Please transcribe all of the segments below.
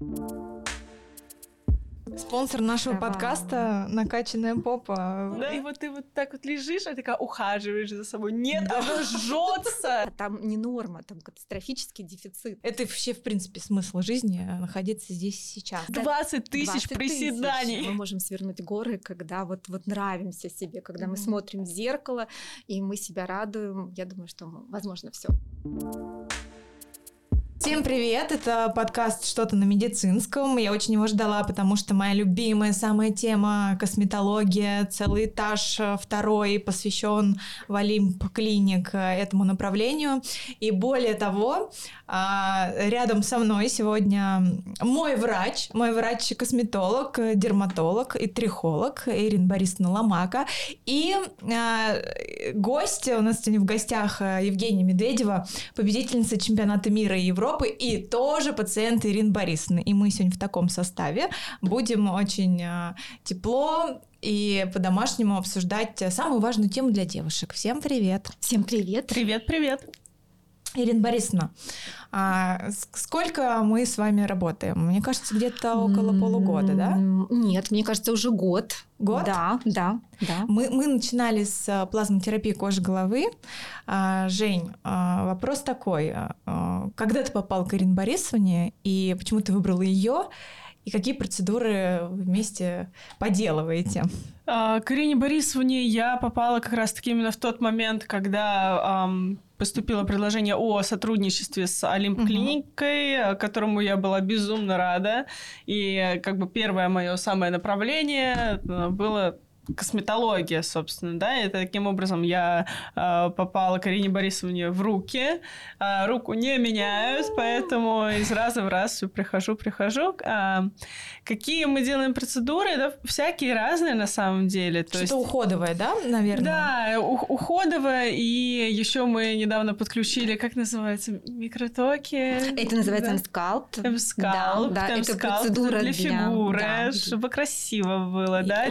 Спонсор нашего подкаста «Накачанная попа». Да, и вот ты вот так вот лежишь, а такая ухаживаешь за собой. Нет, оно жжется. Там не норма, там катастрофический дефицит. Это вообще, в принципе, смысл жизни — находиться здесь сейчас. 20 тысяч приседаний. Мы можем свернуть горы, когда вот нравимся себе, когда мы смотрим в зеркало, и мы себя радуем. Я думаю, что возможно все. Всем привет, это подкаст «Что-то на медицинском». Я очень его ждала, потому что моя любимая самая тема — косметология. Целый этаж второй посвящен в Олимп Клиник этому направлению. И более того, рядом со мной сегодня мой врач-косметолог, дерматолог и трихолог Ирина Борисовна Ломака. И гость, у нас сегодня в гостях Евгения Медведева, победительница чемпионата мира и Европы, и тоже пациент Ирины Борисовны. И мы сегодня в таком составе будем очень тепло и по-домашнему обсуждать самую важную тему для девушек. Всем привет! Всем привет! Привет! Ирина Борисовна, сколько мы с вами работаем? Мне кажется, где-то около полугода, да? Нет, мне кажется, уже год. Год? Да. Мы начинали с плазмотерапии кожи головы. Жень, вопрос такой. Когда ты попал к Ирине Борисовне, и почему ты выбрала ее? И какие процедуры вы вместе поделываете? К Ирине Борисовне я попала как раз-таки именно в тот момент, когда поступило предложение о сотрудничестве с Олимп Клиникой, которому я была безумно рада. И как бы первое мое самое направление было косметология, собственно, да, и таким образом я попала к Ирине Борисовне в руки. Руку не меняют, поэтому из раза в раз все прихожу. Какие мы делаем процедуры? Да, всякие разные на самом деле. Что-то уходовое, да, наверное? Да, уходовое, и еще мы недавно подключили, как называется, микротоки? Это называется M-Scalp. M-Scalp, да, это процедура для фигуры, чтобы красиво было, да,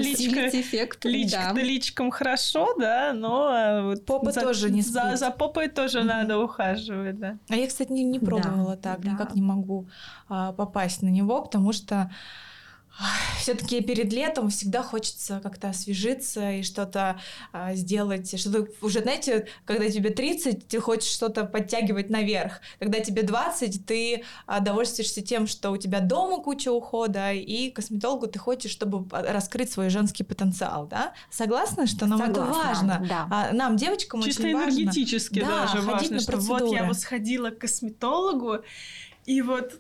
личиком хорошо, да, но вот попа тоже не спит. За попой тоже надо ухаживать, да. А я, кстати, не пробовала никак не могу попасть на него, потому что все-таки перед летом всегда хочется как-то освежиться и что-то сделать. Что-то уже, знаете, когда тебе 30, ты хочешь что-то подтягивать наверх. Когда тебе 20, ты довольствуешься тем, что у тебя дома куча ухода, и к косметологу ты хочешь, чтобы раскрыть свой женский потенциал, да? Согласна, что нам это важно? Да. Нам, девочкам, чисто очень важно. Чисто энергетически даже важно, что вот я сходила к косметологу, и вот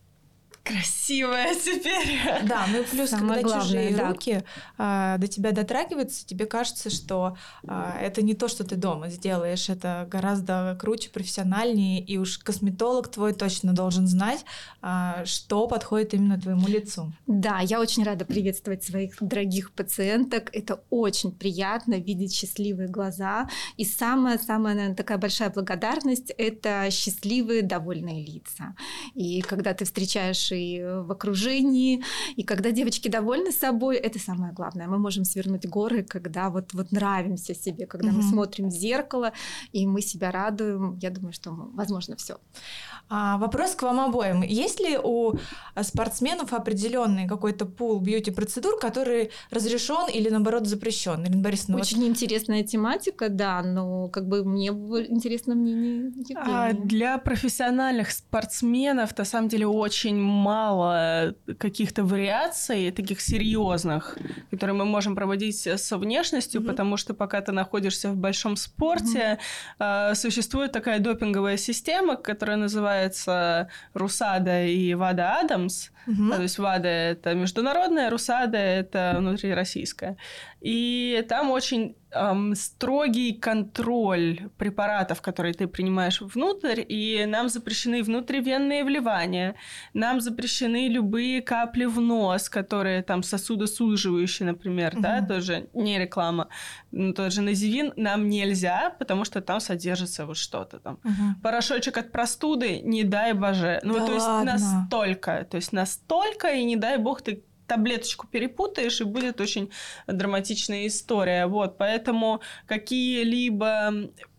красивая теперь. Да, ну и плюс, когда чужие руки до тебя дотрагиваются, тебе кажется, что это не то, что ты дома сделаешь, это гораздо круче, профессиональнее, и уж косметолог твой точно должен знать, что подходит именно твоему лицу. Да, я очень рада приветствовать своих дорогих пациенток. Это очень приятно видеть счастливые глаза. И самая, наверное, такая большая благодарность – это счастливые, довольные лица. И когда ты встречаешь и в окружении, и когда девочки довольны собой, это самое главное. Мы можем свернуть горы, когда вот нравимся себе, когда мы смотрим в зеркало, и мы себя радуем. Я думаю, что возможно все. Вопрос к вам обоим. Есть ли у спортсменов определенный какой-то пул бьюти-процедур, который разрешен или, наоборот, запрещен? Ирина Борисовна, очень интересная тематика, да, но как бы мне интересно мнение Евгения. Для профессиональных спортсменов, на самом деле, очень мало каких-то вариаций, таких серьезных, которые мы можем проводить со внешностью, потому что пока ты находишься в большом спорте, существует такая допинговая система, которая называется РУСАДА и ВАДА Адамс. То есть ВАДА – это международная, РУСАДА – это внутрироссийская. И там очень строгий контроль препаратов, которые ты принимаешь внутрь, и нам запрещены внутривенные вливания, нам запрещены любые капли в нос, которые там сосудосуживающие, например, да, тоже не реклама, тот же Називин нам нельзя, потому что там содержится вот что-то там. Порошочек от простуды, не дай боже. Ну, да, то есть ладно. настолько, и не дай бог ты таблеточку перепутаешь, и будет очень драматичная история. Вот, поэтому какие-либо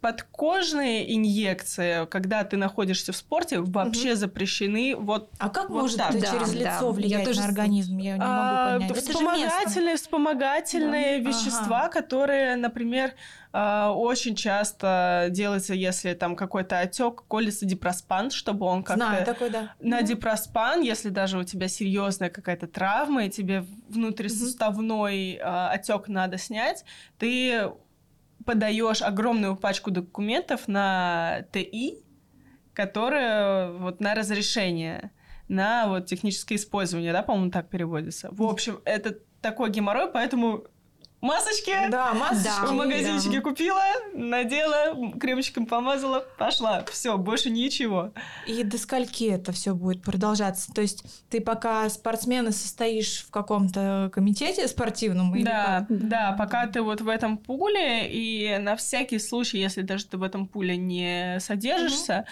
подкожные инъекции, когда ты находишься в спорте, вообще запрещены. А как вот может так. это через лицо влиять на организм? Я не могу понять. Вспомогательные вещества, которые, например, очень часто делается, если там какой-то отек, колется дипроспан, чтобы он как-то... Знаю такой, да. На дипроспан, если даже у тебя серьезная какая-то травма, и тебе внутрисуставной отек надо снять, ты подаешь огромную пачку документов на ТИ, которые вот на разрешение, на вот техническое использование, да, по-моему, так переводится. В общем, это такой геморрой, поэтому масочки в магазинчике купила, надела, кремчиком помазала, пошла. Все, больше ничего. И до скольки это все будет продолжаться? То есть ты пока спортсмен состоишь в каком-то комитете спортивном? Да, пока ты вот в этом пуле, и на всякий случай, если даже ты в этом пуле не содержишься,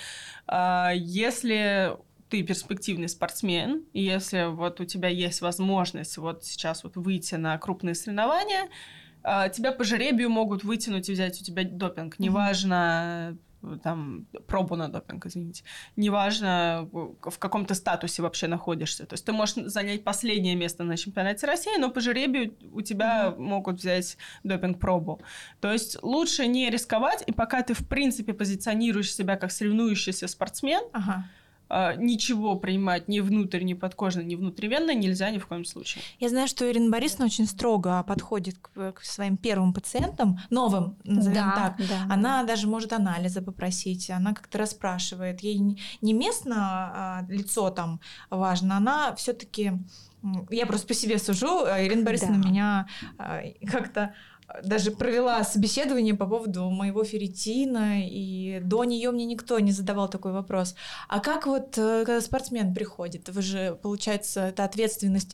если ты перспективный спортсмен, и если вот у тебя есть возможность вот сейчас вот выйти на крупные соревнования, тебя по жеребию могут вытянуть и взять у тебя допинг. Неважно, там, пробу на допинг, извините. Неважно, в каком-то статусе вообще находишься. То есть ты можешь занять последнее место на чемпионате России, но по жеребию у тебя могут взять допинг-пробу. То есть лучше не рисковать, и пока ты, в принципе, позиционируешь себя как соревнующийся спортсмен, ничего принимать ни внутрь, ни подкожно, ни внутривенно нельзя ни в коем случае. Я знаю, что Ирина Борисовна очень строго подходит к своим первым пациентам, новым, назовем так. Да. Она даже может анализы попросить, она как-то расспрашивает. Ей не местно лицо там важно, она все-таки... Я просто по себе сужу, Ирина Борисовна меня как-то даже провела собеседование по поводу моего ферритина, и до нее мне никто не задавал такой вопрос. А как вот, когда спортсмен приходит, вы же, получается, это ответственность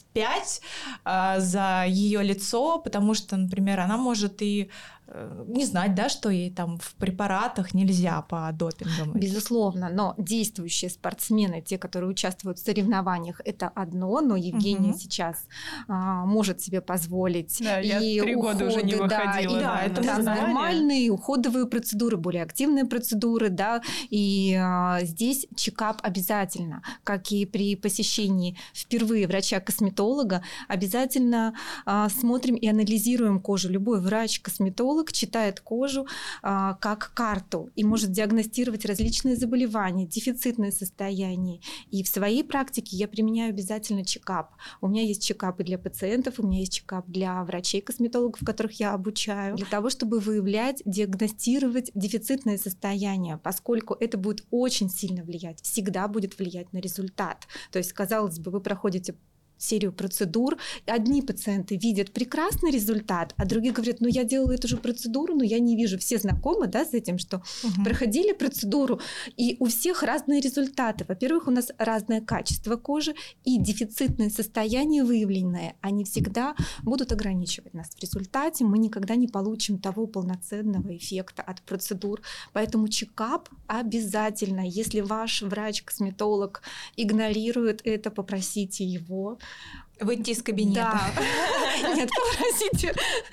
X5 за ее лицо, потому что, например, она может и не знать, да, что ей там в препаратах нельзя по допингам. Безусловно, но действующие спортсмены, те, которые участвуют в соревнованиях, это одно, но Евгения сейчас может себе позволить. Да, я 3 года уже не выходила. Да, это нормальные уходовые процедуры, более активные процедуры, да, и здесь чекап обязательно, как и при посещении впервые врача-косметолога, обязательно смотрим и анализируем кожу. Любой врач-косметолог читает кожу как карту и может диагностировать различные заболевания, дефицитные состояния. И в своей практике я применяю обязательно чекап. У меня есть чекапы для пациентов, у меня есть чекап для врачей-косметологов, которых я обучаю, для того, чтобы выявлять, диагностировать дефицитные состояния, поскольку это будет очень сильно влиять, всегда будет влиять на результат. То есть, казалось бы, вы проходите серию процедур. Одни пациенты видят прекрасный результат, а другие говорят, ну я делала эту же процедуру, но я не вижу. Все знакомы, да, с этим, что проходили процедуру, и у всех разные результаты. Во-первых, у нас разное качество кожи, и дефицитные состояния выявленные, они всегда будут ограничивать нас в результате. Мы никогда не получим того полноценного эффекта от процедур. Поэтому чекап обязательно. Если ваш врач-косметолог игнорирует это, попросите его выйти из кабинета. Да. Нет, попросите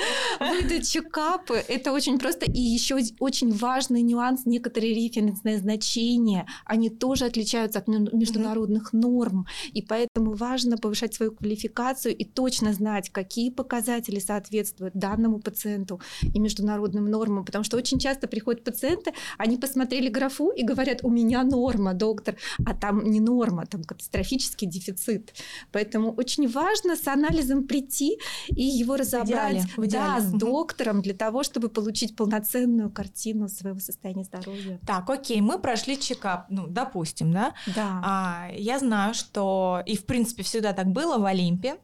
выдать чекапы. Это очень просто. И еще очень важный нюанс. Некоторые референсные значения, они тоже отличаются от международных норм. И поэтому важно повышать свою квалификацию и точно знать, какие показатели соответствуют данному пациенту и международным нормам. Потому что очень часто приходят пациенты, они посмотрели графу и говорят, у меня норма, доктор. А там не норма, там катастрофический дефицит. Поэтому очень важно с анализом прийти и его разобрать в идеале. С доктором для того, чтобы получить полноценную картину своего состояния здоровья. Так, окей, мы прошли чекап, ну, допустим, да? Да. Я знаю, что, и в принципе всегда так было в Олимпе,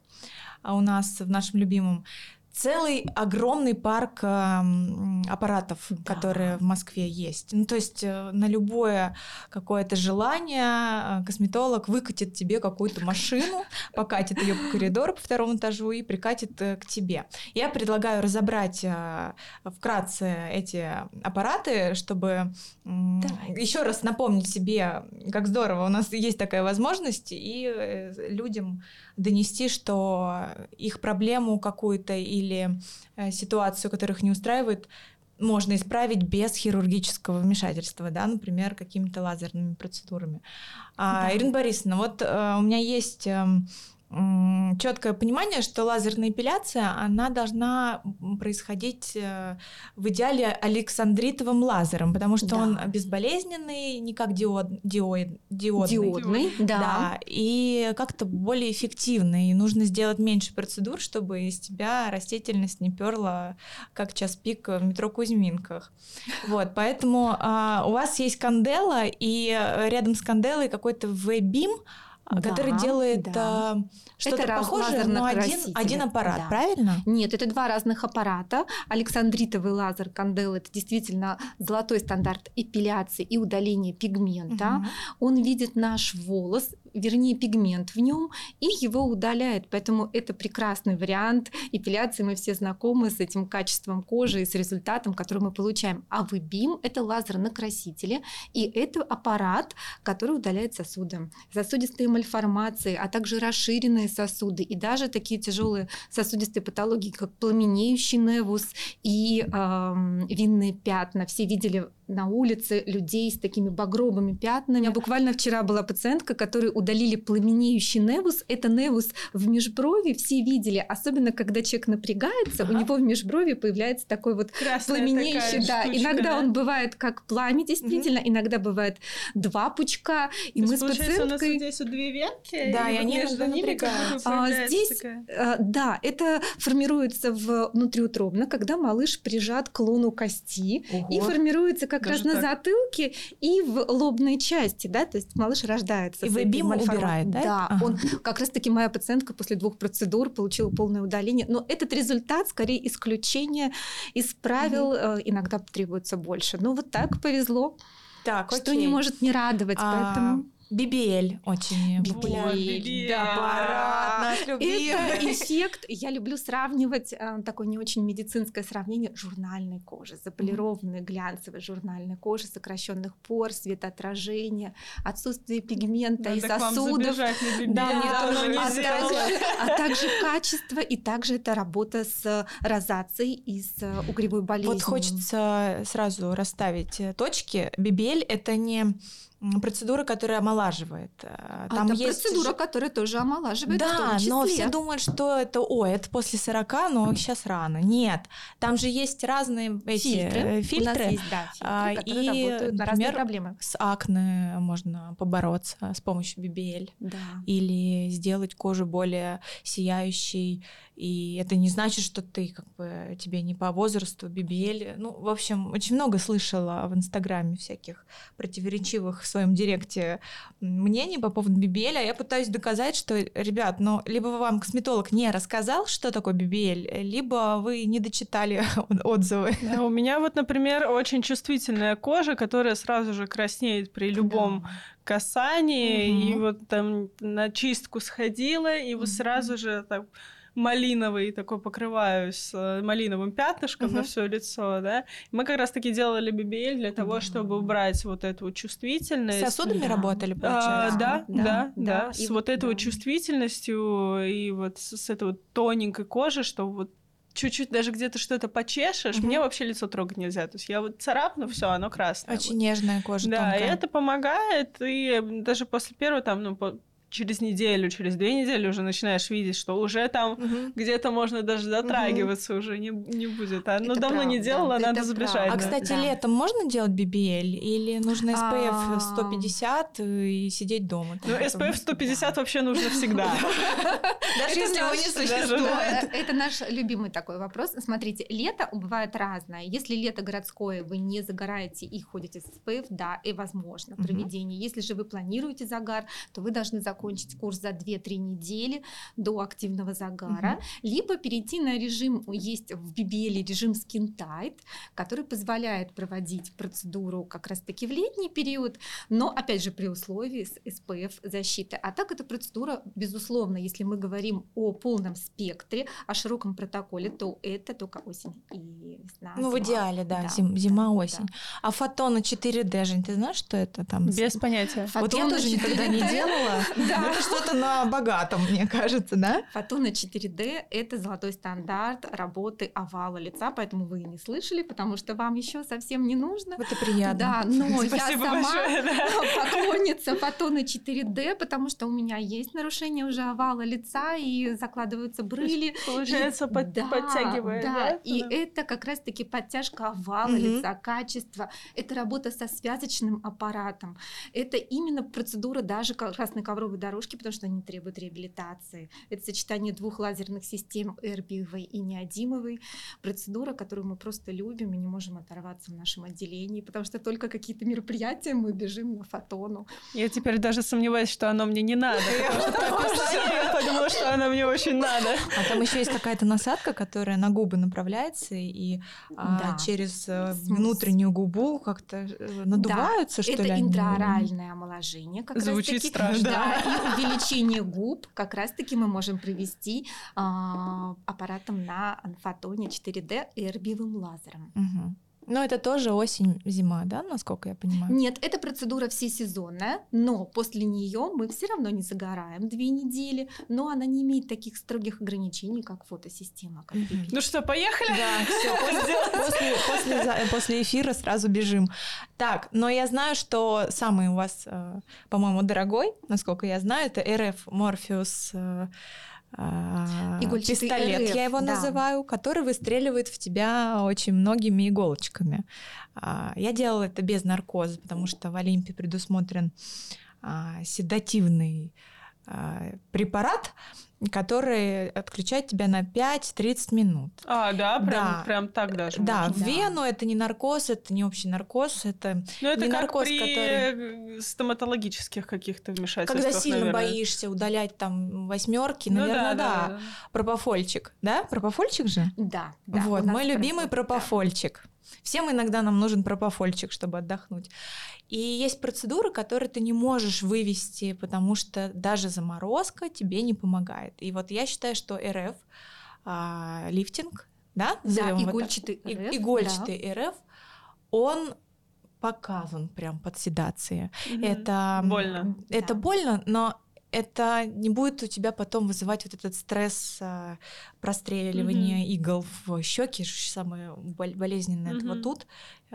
у нас в нашем любимом, целый огромный парк аппаратов, которые в Москве есть. Ну, то есть на любое какое-то желание косметолог выкатит тебе какую-то машину, покатит ее по коридору по 2-му этажу и прикатит к тебе. Я предлагаю разобрать вкратце эти аппараты, чтобы еще раз напомнить себе, как здорово у нас есть такая возможность, и людям донести, что их проблему какую-то или ситуацию, которая их не устраивает, можно исправить без хирургического вмешательства, да, например, какими-то лазерными процедурами. Да. Ирина Борисовна, вот у меня есть четкое понимание, что лазерная эпиляция, она должна происходить в идеале александритовым лазером, потому что он безболезненный, не как диодный, да, и как-то более эффективный. И нужно сделать меньше процедур, чтобы из тебя растительность не перла, как час пик в метро Кузьминках. Вот, поэтому у вас есть Кандела, и рядом с Канделой какой-то V-Beam, который делает что-то похожее, но один аппарат, правильно? Нет, это два разных аппарата. Александритовый лазер Кандела — это действительно золотой стандарт эпиляции и удаления пигмента. Он видит наш волос, вернее пигмент в нем, и его удаляет. Поэтому это прекрасный вариант эпиляции. Мы все знакомы с этим качеством кожи и с результатом, который мы получаем. А V-Beam — это лазер на красителе, и это аппарат, который удаляет сосуды. Сосудистые мальформации, а также расширенные сосуды, и даже такие тяжелые сосудистые патологии, как пламенеющий невус и винные пятна. Все видели на улице людей с такими багровыми пятнами. У меня буквально вчера была пациентка, которой удалили пламенеющий невус. Это невус в межброви, все видели, особенно когда человек напрягается, у него в межброви появляется такой вот пламенеющий. Да, штучка, иногда он бывает как пламя, действительно, иногда бывает два пучка. И мы с пациенткой... у нас вот здесь вот две ветки, да, и они между ними здесь, да, это формируется внутриутробно, когда малыш прижат к лону кости, и формируется как раз на затылке и в лобной части, да, то есть малыш рождается. И V-Beam убирает, да? Да, он как раз-таки, моя пациентка после 2 процедур получила полное удаление, но этот результат скорее исключение из правил, иногда требуется больше. Но вот так повезло, что не может не радовать, поэтому... BBL очень популярный аппарат, наш любимый. Это эффект, я люблю сравнивать такое не очень медицинское сравнение журнальной кожи, заполированной глянцевой журнальной кожи, сокращенных пор, светоотражения, отсутствие пигмента и сосудов. А также качество, и также это работа с розацией и с угревой болезнью. Вот хочется сразу расставить точки. BBL — это не процедура, которая омолаживает. Там это есть процедура, которая тоже омолаживает, да, в том числе. Но все думают, что это, это после 40, но сейчас рано. Нет, там же есть разные фильтры. У нас есть, фильтры, которые работают на разные проблемы. С акне можно побороться с помощью BBL. Да. Или сделать кожу более сияющей. И это не значит, что ты тебе не по возрасту BBL. Ну, в общем, очень много слышала в Инстаграме всяких противоречивых в своем директе мнений по поводу BBL, а я пытаюсь доказать, что, ребят, либо вам косметолог не рассказал, что такое BBL, либо вы не дочитали отзывы. Да, у меня вот, например, очень чувствительная кожа, которая сразу же краснеет при любом касании, и вот там на чистку сходила, и вот сразу же так малиновый такой покрываюсь малиновым пятнышком на все лицо, да. Мы как раз-таки делали BBL для того, чтобы убрать вот эту вот чувствительность. С сосудами работали, получается? Да. С вот этой вот чувствительностью и вот с этой вот тоненькой кожи, что вот чуть-чуть даже где-то что-то почешешь, мне вообще лицо трогать нельзя. То есть я вот царапну, все, оно красное. Очень нежная кожа, да, тонкая. И это помогает, и даже после первого там, через неделю, через 2 недели уже начинаешь видеть, что уже там где-то можно даже дотрагиваться уже не будет. Давно правда, не делала, надо забежать. А, кстати, летом можно делать BBL или нужно SPF 150 и сидеть дома? SPF 150 вообще нужно всегда. Даже если его не существует. Это наш любимый такой вопрос. Смотрите, лето бывает разное. Если лето городское, вы не загораете и ходите с SPF, да, и возможно проведение. Если же вы планируете загар, то вы должны закончить курс за 2-3 недели до активного загара, либо перейти на режим, есть в BBL режим Skin Tight, который позволяет проводить процедуру как раз-таки в летний период, но опять же при условии с SPF защиты. А так эта процедура, безусловно, если мы говорим о полном спектре, о широком протоколе, то это только осень и весна. В идеале, да, зима-осень. Да. А фотоны 4D, Жень, ты знаешь, что это там? Без понятия. Вот я тоже никогда не делала. Это что-то на богатом, мне кажется, да? Фотона 4D – это золотой стандарт работы овала лица, поэтому вы и не слышали, потому что вам еще совсем не нужно. Это приятно. Да, но я Спасибо сама большое, да. поклонница фотона 4D, потому что у меня есть нарушение уже овала лица, и закладываются брыли. Получается, подтягивает, да? И это как раз-таки подтяжка овала лица, качество. Это работа со связочным аппаратом. Это именно процедура даже красной ковровой дорожки, потому что они требуют реабилитации. Это сочетание двух лазерных систем, эрбиевой и неодимовой. Процедура, которую мы просто любим и не можем оторваться в нашем отделении, потому что только какие-то мероприятия мы бежим на фотону. Я теперь даже сомневаюсь, что оно мне не надо, потому что по описанию я подумала, что оно мне очень надо. А там еще есть какая-то насадка, которая на губы направляется, и через внутреннюю губу как-то надуваются, что ли? Это интраоральное омоложение. Звучит страшно. Да, и увеличение губ как раз-таки мы можем провести аппаратом на фотоне 4D и эрбиевым лазером. Но это тоже осень-зима, да, насколько я понимаю? Нет, эта процедура всесезонная, но после нее мы все равно не загораем 2 недели, но она не имеет таких строгих ограничений, как фотосистема. Как Ну что, поехали? Да, все, после эфира сразу бежим. Так, но я знаю, что самый у вас, по-моему, дорогой, насколько я знаю, это РФ Morpheus пистолет, РФ, я его называю, который выстреливает в тебя очень многими иголочками. Я делала это без наркоза, потому что в Олимпе предусмотрен седативный препарат, который отключает тебя на 5-30 минут. Прям так даже. Да, можно. в вену это не наркоз, это не общий наркоз, это это не как наркоз, при который... стоматологических каких-то вмешательствах, Когда сильно наверное. боишься удалять там 8, наверное, да. Пропофольчик, да? Пропофольчик же? Да. Вот, мой любимый пропофольчик. Всем иногда нам нужен пропофольчик, чтобы отдохнуть. И есть процедуры, которые ты не можешь вывести, потому что даже заморозка тебе не помогает. И вот я считаю, что РФ, лифтинг, да? Игольчатый РФ. Игольчатый РФ, он показан прям под седацией. Это больно. Это больно, но это не будет у тебя потом вызывать вот этот стресс простреливания игл в щеки, самое болезненное это вот тут.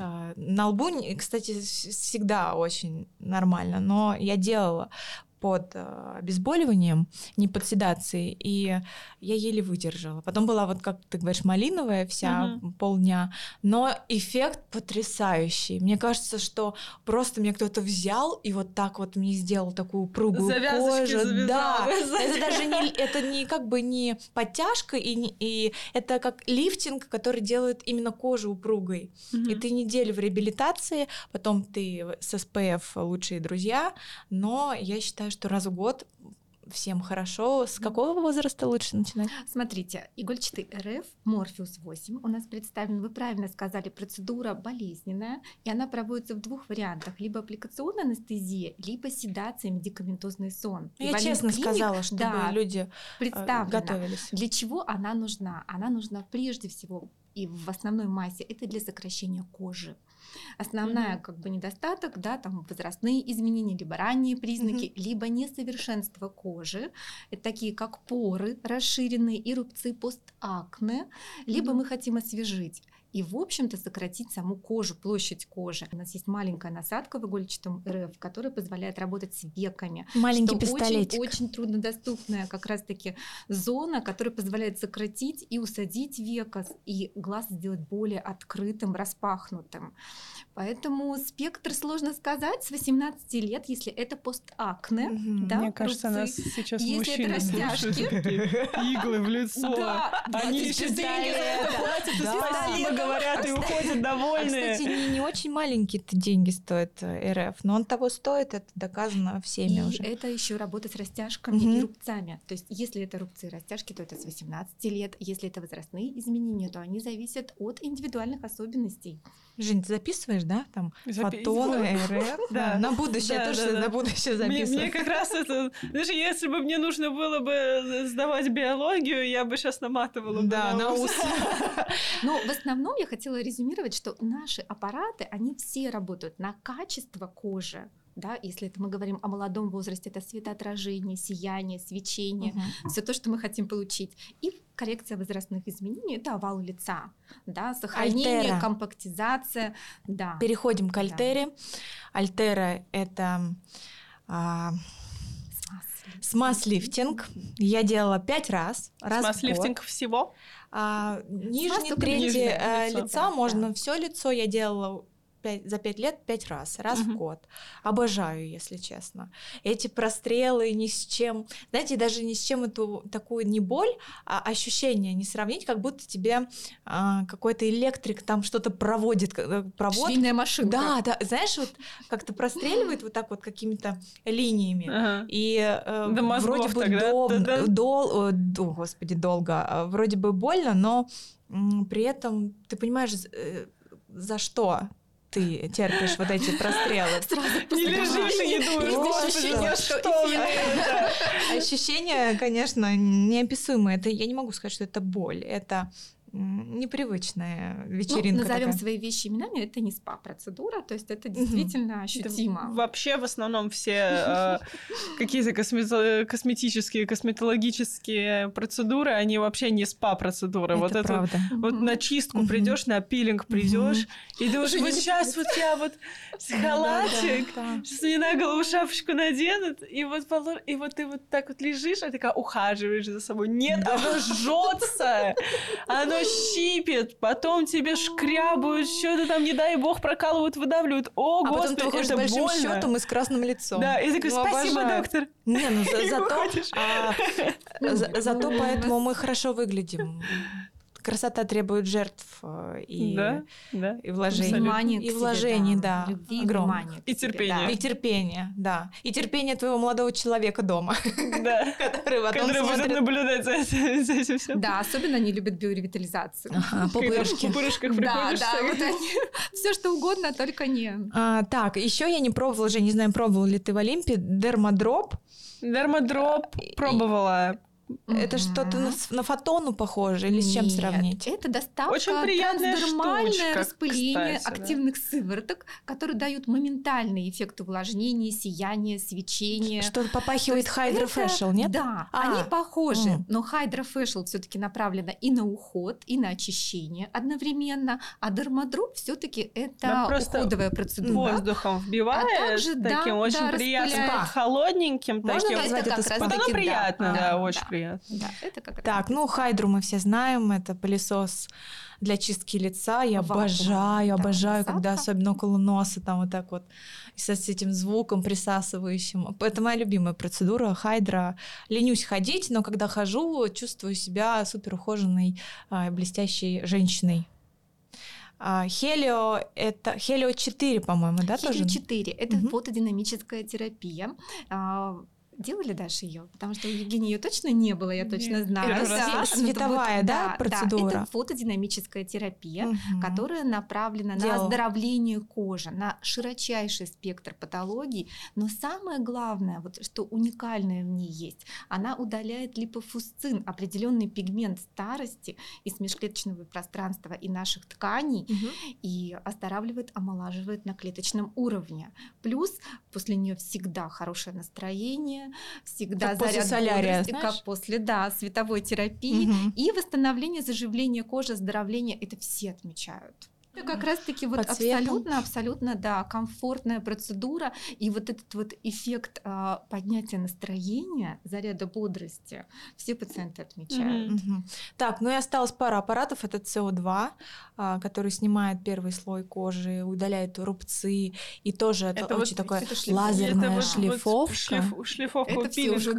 На лбу, кстати, всегда очень нормально, но я делала под обезболиванием, не под седацией, и я еле выдержала. Потом была вот, как ты говоришь, малиновая вся полдня, но эффект потрясающий. Мне кажется, что просто меня кто-то взял и вот так вот мне сделал такую упругую кожу. Да, это даже не как бы не подтяжка, и это как лифтинг, который делает именно кожу упругой. И ты неделю в реабилитации, потом ты с СПФ лучшие друзья, но я считаю, что раз в год всем хорошо. С какого возраста лучше начинать? Смотрите, игольчатый РФ Morpheus 8 у нас представлен, вы правильно сказали, процедура болезненная, и она проводится в 2 вариантах: либо аппликационная анестезия, либо седация, медикаментозный сон. Я честно сказала, чтобы люди готовились. Для чего она нужна? Она нужна прежде всего и в основной массе это для сокращения кожи. Основная как бы недостаток, да, там возрастные изменения, либо ранние признаки, либо несовершенство кожи, это такие как поры расширенные и рубцы постакне, либо мы хотим освежить и, в общем-то, сократить саму кожу, площадь кожи. У нас есть маленькая насадка в игольчатом РФ, которая позволяет работать с веками. Маленький пистолетик. Очень труднодоступная как раз-таки зона, которая позволяет сократить и усадить веко, и глаз сделать более открытым, распахнутым. Поэтому спектр сложно сказать. С 18 лет, если это постакне, да, мне кажется, рубцы, нас сейчас если это растяжки, иглы в лицо. Они еще деньги за это платят, и спасибо говорят, и уходят довольные. Кстати, не очень маленькие-то деньги стоит РФ, но он того стоит, это доказано всеми уже. И это еще работа с растяжками и рубцами. То есть, если это рубцы и растяжки, то это с 18 лет. Если это возрастные изменения, то они зависят от индивидуальных особенностей. Жень, ты записываешь, да? Там фотоны, РФ. Да. На будущее, на будущее записываю. Мне как раз это... Знаешь, если бы мне нужно было бы сдавать биологию, я бы сейчас наматывала бы на ус. Но в основном я хотела резюмировать, что наши аппараты, они все работают на качество кожи. да, если это мы говорим о молодом возрасте, это светоотражение, сияние, свечение, все то, что мы хотим получить. И коррекция возрастных изменений — это овал лица, да, сохранение, Альтера. компактизация, да. Переходим к Альтере. Альтера — это смаз-лифтинг. Я делала 5 раз. Смаз-лифтинг всего? Нижние трети нижнее лицо. лица, можно все лицо. Я делала за 5 лет 5 раз в год. Обожаю, если честно. Эти прострелы ни с чем, знаете, даже ни с чем эту такую не боль, а ощущение не сравнить, как будто тебе какой-то электрик там что-то проводит. Швейная машинка. Да, знаешь, вот как-то простреливает вот так вот какими-то линиями. И до мозгов вроде бы долго. Вроде бы больно, но при этом ты понимаешь, за что ты терпишь вот эти прострелы. Не лежишь и не думаешь, что мне это? Ощущение, конечно, неописуемое. Я не могу сказать, что это боль. Это непривычная вечеринка. Назовем такая. свои вещи именами, это не СПА-процедура, то есть это действительно ощутимо. Вообще в основном все какие-то косметические, косметологические процедуры, они вообще не СПА-процедуры. Это правда. Вот на чистку придешь, на пилинг придешь, и думаешь, вот сейчас вот я вот с халатик, сейчас мне на голову шапочку наденут, и вот ты вот так вот лежишь, а такая ухаживаешь за собой. Нет, оно жжется, оно щипет, потом тебе шкрябают, что-то там, не дай бог, прокалывают, выдавливают. О, а Господи, потом ты выходишь это с большим больно. счетом и с красным лицом. Да, и такой, спасибо, обожаю. доктор. Не, ну выходишь. зато поэтому мы хорошо выглядим. Красота требует жертв и вложений. Внимание и вложений, да. Любви, огромных. внимания И терпения. И терпения, да. И терпения твоего молодого человека дома, Да. который потом Который будет смотрит... наблюдать за этим всем. Да, особенно они любят биоревитализацию. Пупырышки. В пупырышках приходишь. Да, вот они. Все что угодно, только не. Так, еще я не пробовала уже, не знаю, пробовала ли ты в Олимпе, дермодроп. Дермодроп пробовала. Это что-то на фотону похоже или с чем сравнить? Это доставка Очень приятная трансдермальное штучка, распыление кстати, активных сывороток, которые дают моментальный эффект увлажнения, сияния, свечения. Что-то попахивает Hydra Facial, нет? Да, они похожи, но Hydra Facial все-таки направлена и на уход, и на очищение одновременно, а дермодроп все-таки это уходовая процедура. Воздухом вбиваешь, таким очень приятным, холодненьким. Можно назвать это Вот оно приятно, да, очень приятно. Да, это как так, ну Хайдру мы все знаем, это пылесос для чистки лица. Я обожаю, когда особенно около носа там вот так вот с этим звуком присасывающим. Это моя любимая процедура Хайдра. Ленюсь ходить, но когда хожу, чувствую себя супер ухоженной, блестящей женщиной. Хелио, это Хелио 4, по-моему, да, тоже? Хелио 4 — это фотодинамическая терапия. Делали, Даша, ее? Потому что у Евгении ее точно не было, я точно знаю. Это световая, да, процедура? Да, это фотодинамическая терапия, которая направлена на оздоровление кожи, на широчайший спектр патологий. Но самое главное, вот, что уникальное в ней есть, она удаляет липофусцин, определенный пигмент старости из межклеточного пространства и наших тканей, и оздоравливает, омолаживает на клеточном уровне. Плюс после нее всегда хорошее настроение, всегда как после заряд солярия, бодрости, как после световой терапии, и восстановление, заживление кожи, оздоровление, это все отмечают. Это как раз-таки вот абсолютно, да, комфортная процедура, и вот этот вот эффект поднятия настроения, заряда бодрости, все пациенты отмечают. Так, ну и осталось пара аппаратов, это CO2, который снимает первый слой кожи, удаляет рубцы, и тоже это очень такая лазерная шлифовка. Шлифовка пилинг,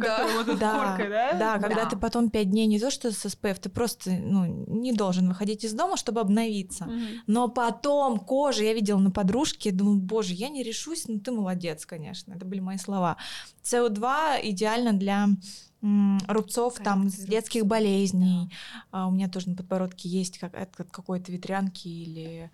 да, когда ты потом 5 дней не то что с SPF, ты просто не должен выходить из дома, чтобы обновиться. Но потом кожа, я видела на подружке, думаю, боже, я не решусь, ну ты молодец, конечно, это были мои слова. CO2 идеально для рубцов, там, детских болезней. У меня тоже на подбородке есть от какой-то ветрянки или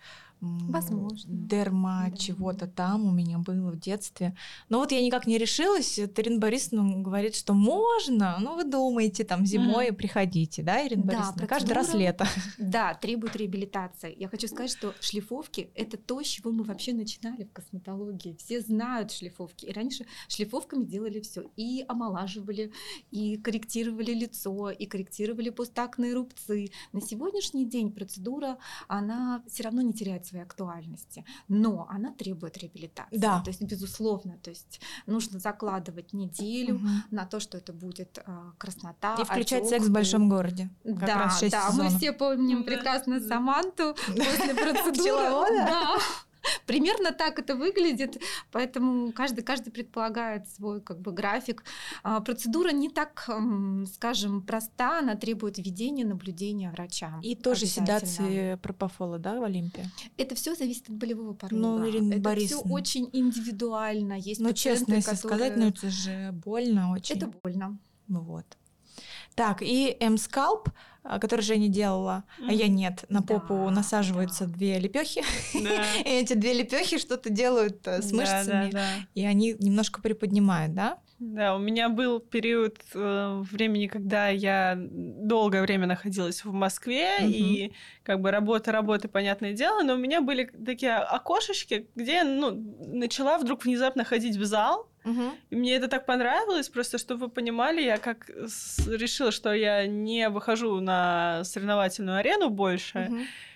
Возможно. Дерма чего-то там у меня было в детстве. Но вот я никак не решилась. Ирина Борисовна говорит, что можно. Ну, вы думаете, там зимой приходите, да, Ирина Борисовна? Каждый раз лето. Да, требует реабилитации. Я хочу сказать, что шлифовки — это то, с чего мы вообще начинали в косметологии. Все знают шлифовки. И раньше шлифовками делали все. И омолаживали, и корректировали лицо, и корректировали постакные рубцы. На сегодняшний день процедура, она все равно не теряет своей актуальности, но она требует реабилитации. Да. То есть, безусловно, то есть нужно закладывать неделю на то, что это будет краснота. И включать отёк. секс в большом городе. Как Да, раз 6 да, сезонов. мы все помним прекрасно Саманту после процедуры. Пчеловода? Да. Примерно так это выглядит, поэтому каждый предполагает свой график. Процедура не так, скажем, проста, она требует ведения, наблюдения врача. И тоже седации пропофола, да, в Олимпе? Это все зависит от болевого порога. Ну, Ирина это все Борисовна. очень индивидуально. Есть Ну, пациенты, честно, если которые... сказать, ну это же больно очень. Это больно. Вот. Так, и М-скалп, который Женя делала, а я нет, на попу насаживаются 2 лепехи. И эти 2 лепехи что-то делают с мышцами, и они немножко приподнимают, да? Да, у меня был период времени, когда я долгое время находилась в Москве, и работа, понятное дело, но у меня были такие окошечки, где я начала вдруг внезапно ходить в зал, и мне это так понравилось, просто чтобы вы понимали, я как решила, что я не выхожу на соревновательную арену больше.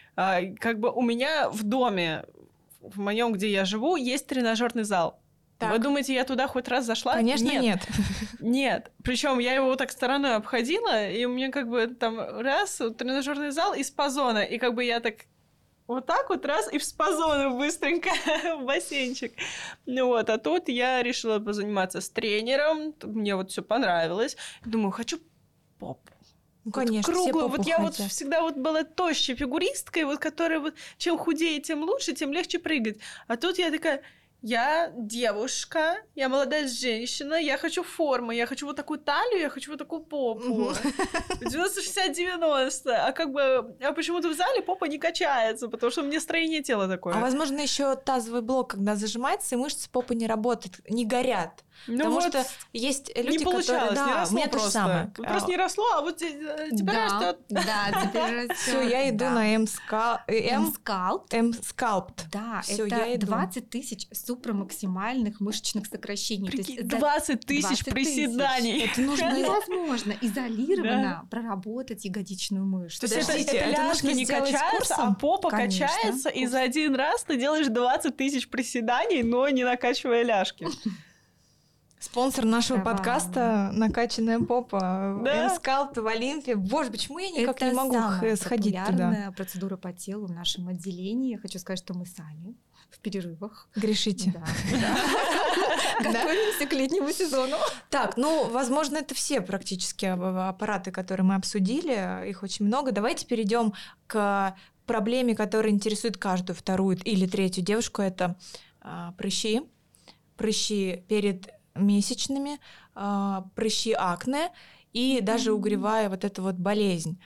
У меня в доме, в моем, где я живу, есть тренажерный зал. Так. Вы думаете, я туда хоть раз зашла? Конечно, нет. Нет. Причем я его так стороной обходила, и у меня там раз тренажерный зал из спазона, и я так вот так вот раз и в спазону быстренько в бассейнчик. А тут я решила позаниматься с тренером, мне все понравилось. Думаю, хочу попу. Ну, конечно, круглую. Все я всегда была тощей фигуристкой, которая чем худее, тем лучше, тем легче прыгать. А тут я такая... Я девушка, я молодая женщина, я хочу формы, я хочу вот такую талию, я хочу вот такую попу. 90-60-90. А почему-то в зале попа не качается, потому что у меня строение тела такое. А возможно, еще тазовый блок, когда зажимается, и мышцы попы не работают, не горят. Потому что есть люди, не получалось, которые... не росло, у меня то же самое. Просто не росло, а вот теперь растет. Да, теперь растет. Все, я иду на М-скалп. М-скалп. Да, это 20 тысяч супрамаксимальных мышечных сокращений. Прикинь, 20 тысяч приседаний. Это нужно невозможно изолированно проработать ягодичную мышцу. То есть это ляжки не качаются, а попа качается, и за один раз ты делаешь 20 тысяч приседаний, но не накачивая ляжки. Спонсор нашего подкаста — накачанная попа. М-скалп в Олимпе. Боже, почему я никак не могу сходить туда? Это популярная процедура по телу в нашем отделении. Я хочу сказать, что мы сами в перерывах грешите. Готовимся к летнему сезону. Так, возможно, это все практически аппараты, которые мы обсудили. Их очень много. Давайте перейдем к проблеме, которая интересует каждую вторую или третью девушку. Это прыщи. Прыщи перед месячными, прыщи акне и даже угревая вот эту вот болезнь.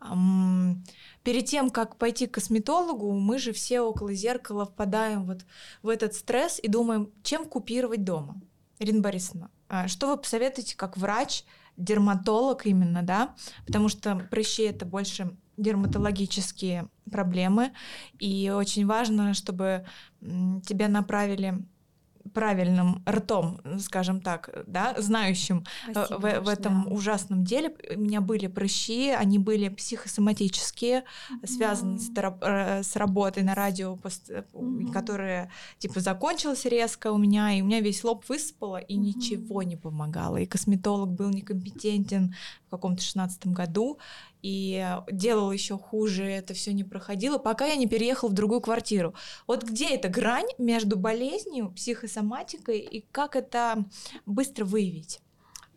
Перед тем, как пойти к косметологу, мы же все около зеркала впадаем вот в этот стресс и думаем, чем купировать дома. Ирина Борисовна, что вы посоветуете как врач, дерматолог именно, да? Потому что прыщи — это больше дерматологические проблемы, и очень важно, чтобы тебя правильным ртом, скажем так, да, знающим. Спасибо, в этом ужасном деле. У меня были прыщи, они были психосоматические, связаны с работой на радио, которая закончилась резко у меня, и у меня весь лоб высыпало, и ничего не помогало. И косметолог был некомпетентен в каком-то 16-м году, и делал еще хуже, это все не проходило, пока я не переехала в другую квартиру. Вот где эта грань между болезнью, психосоматикой, и как это быстро выявить?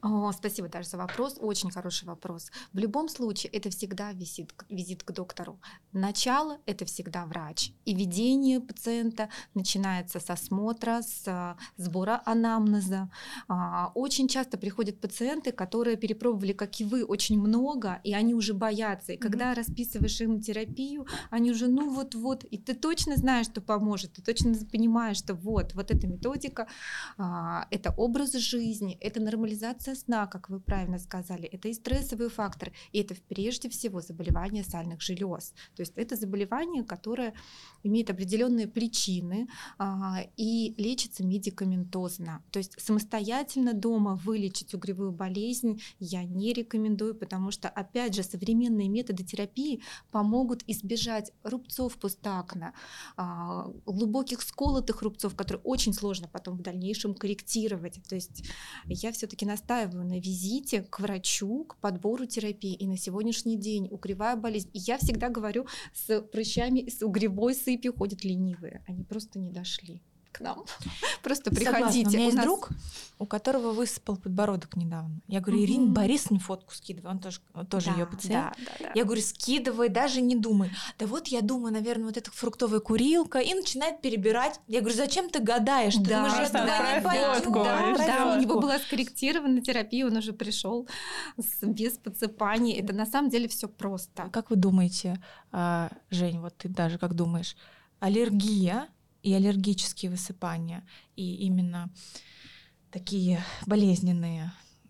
Спасибо, Даша, за вопрос. Очень хороший вопрос. В любом случае, это всегда визит к доктору. Начало — это всегда врач. И ведение пациента начинается с осмотра, с сбора анамнеза. Очень часто приходят пациенты, которые перепробовали, как и вы, очень много, и они уже боятся. И когда расписываешь им терапию, они уже, вот-вот, и ты точно знаешь, что поможет, ты точно понимаешь, что вот эта методика, это образ жизни, это нормализация сна, как вы правильно сказали, это и стрессовый фактор, и это прежде всего заболевание сальных желез. То есть это заболевание, которое имеет определенные причины и лечится медикаментозно. То есть самостоятельно дома вылечить угревую болезнь я не рекомендую, потому что, опять же, современные методы терапии помогут избежать рубцов постакна, глубоких сколотых рубцов, которые очень сложно потом в дальнейшем корректировать. То есть я все-таки настаиваю на визите к врачу, к подбору терапии. И на сегодняшний день угревая болезнь. И я всегда говорю, с прыщами, с угревой сыпью ходят ленивые. Они просто не дошли к нам. Просто приходите. Согласна. У меня есть друг, у которого высыпал подбородок недавно. Я говорю, Ирине Борисовне фотку скидывай. Он тоже ее пациент. Да. Я говорю, скидывай, даже не думай. Да вот я думаю, наверное, вот эта фруктовая курилка. И начинает перебирать. Я говорю, зачем ты гадаешь? Ты думаешь, я туда не пойду. Да, у него была скорректирована терапия, он уже пришел без подсыпаний. Это на самом деле все просто. Как вы думаете, Жень, вот ты даже как думаешь, аллергия и аллергические высыпания, и именно такие болезненные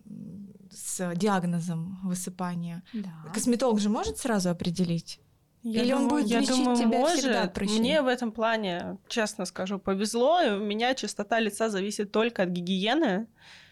с диагнозом высыпания. Да. Косметолог же может сразу определить? Или он будет лечить тебя всегда от прыщей? Мне в этом плане, честно скажу, повезло. У меня чистота лица зависит только от гигиены.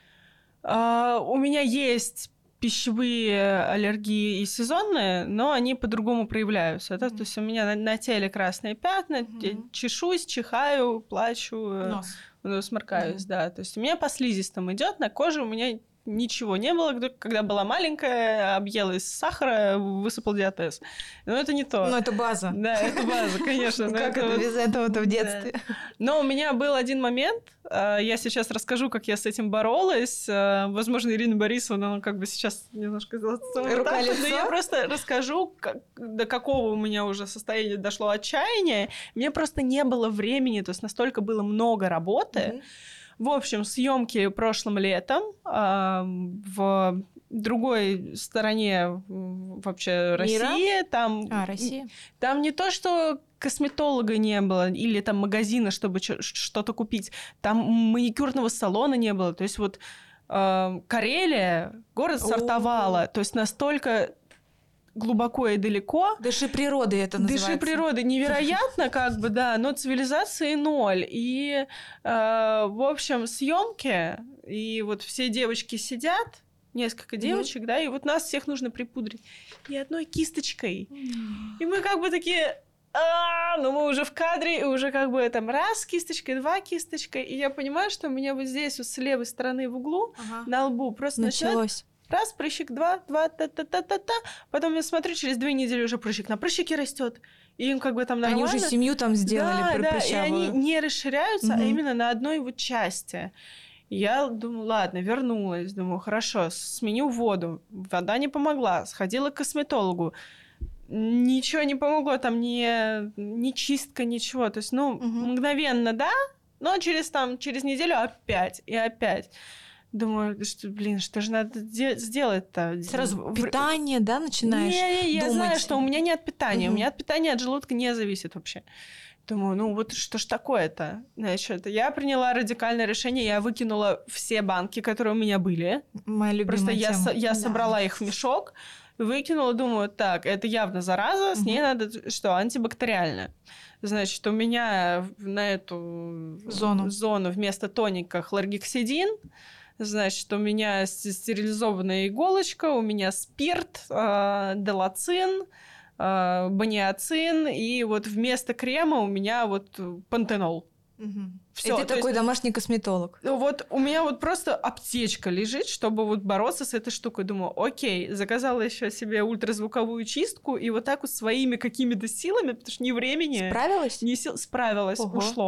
У меня есть пищевые аллергии и сезонные, но они по-другому проявляются. То есть у меня на теле красные пятна, чешусь, чихаю, плачу, сморкаюсь, да. То есть у меня по слизистым идет, на коже у меня ничего не было, когда была маленькая, объелась сахара, высыпал диатез. Но это не то. Но это база. Да, это база, конечно. Как это без этого-то в детстве? Но у меня был один момент, я сейчас расскажу, как я с этим боролась. Возможно, Ирина Борисовна, как бы сейчас немножко рука-лицо. Но я просто расскажу, до какого у меня уже состояния дошло отчаяние. Мне просто не было времени, то есть настолько было много работы. В общем, съемки прошлым летом в другой стороне вообще России. Россия. Там не то, что косметолога не было или там магазина, чтобы что-то купить. Там маникюрного салона не было. То есть вот Карелия, город стартовала. То есть настолько глубоко и далеко. Дыши природы это называется. Дыши природы невероятно, как бы, да, но цивилизации ноль. И, в общем, съемки, и вот все девочки сидят, несколько девочек, да, и вот нас всех нужно припудрить. И одной кисточкой. И мы как бы такие... ну мы уже в кадре, и уже как бы там раз кисточкой, два кисточкой. И я понимаю, что у меня вот здесь вот с левой стороны в углу на лбу просто началось. Раз, прыщик, два, та-та-та-та-та. Потом я смотрю, через 2 недели уже прыщик на прыщике растет. И им как бы там нормально. Они уже семью там сделали, да, и они не расширяются, а именно на одной вот части. Я думаю, ладно, вернулась. Думаю, хорошо, сменю воду. Вода не помогла. Сходила к косметологу. Ничего не помогло, там ни чистка, ничего. То есть, мгновенно, да, но через неделю опять и опять. Думаю, что же надо сделать-то? Сразу питание, да, начинаешь думать? Я знаю, что у меня нет от питания. У меня от питания, от желудка не зависит вообще. Думаю, вот что ж такое-то? Значит, я приняла радикальное решение, я выкинула все банки, которые у меня были. Моя любимая тема. Просто я собрала их в мешок, выкинула, думаю, так, это явно зараза, с ней надо, что, антибактериально. Значит, у меня на эту зону вместо тоника хлоргексидин. Значит, у меня стерилизованная иголочка, у меня спирт, делацин, баниацин, и вот вместо крема у меня вот пантенол. Всё, и ты такой домашний косметолог. Вот у меня вот просто аптечка лежит, чтобы вот бороться с этой штукой. Думаю, окей, заказала еще себе ультразвуковую чистку, и вот так вот своими какими-то силами, потому что ни времени... Справилась? Справилась, ушло.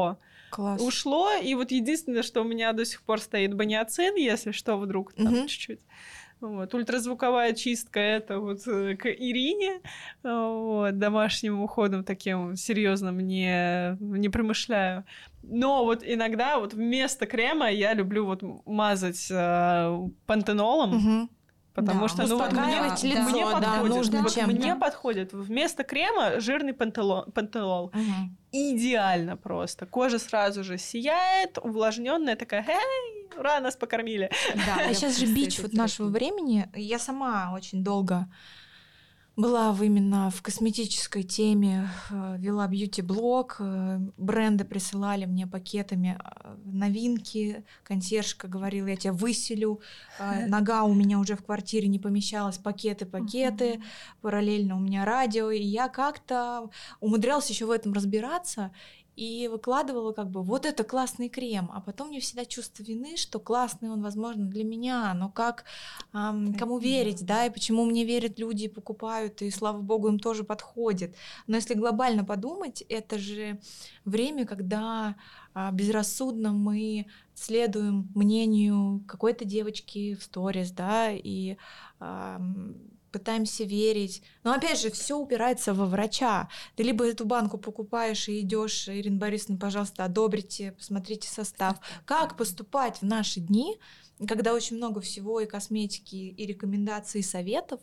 Класс. ушло, и вот единственное, что у меня до сих пор стоит баниацин, если что, вдруг там чуть-чуть. Вот. Ультразвуковая чистка — это вот к Ирине, вот, домашним уходом таким серьезным не промышляю. Но вот иногда вот вместо крема я люблю вот мазать пантенолом, потому что ну, вот мне подходит. Нужно вот чем-то. мне подходит. Вместо крема жирный пантенол. Идеально просто. Кожа сразу же сияет, увлажненная, такая: «Эй, ура, нас покормили». Да, а сейчас же бич вот нашего времени. Я сама очень долго была именно в косметической теме, вела бьюти-блог, бренды присылали мне пакетами новинки, консьержка говорила: я тебя выселю, нога у меня уже в квартире не помещалась, пакеты, параллельно у меня радио, и я как-то умудрялась еще в этом разбираться, и выкладывала как бы: вот это классный крем, а потом мне всегда чувство вины, что классный он, возможно, для меня, но как, кому верить, да, и почему мне верят люди и покупают, и слава богу, им тоже подходит. Но если глобально подумать, это же время, когда безрассудно мы следуем мнению какой-то девочки в сторис, да, и пытаемся верить. Но опять же, все упирается во врача. Ты либо эту банку покупаешь и идешь: Ирина Борисовна, пожалуйста, одобрите, посмотрите состав. Как поступать в наши дни, когда очень много всего и косметики, и рекомендаций, и советов,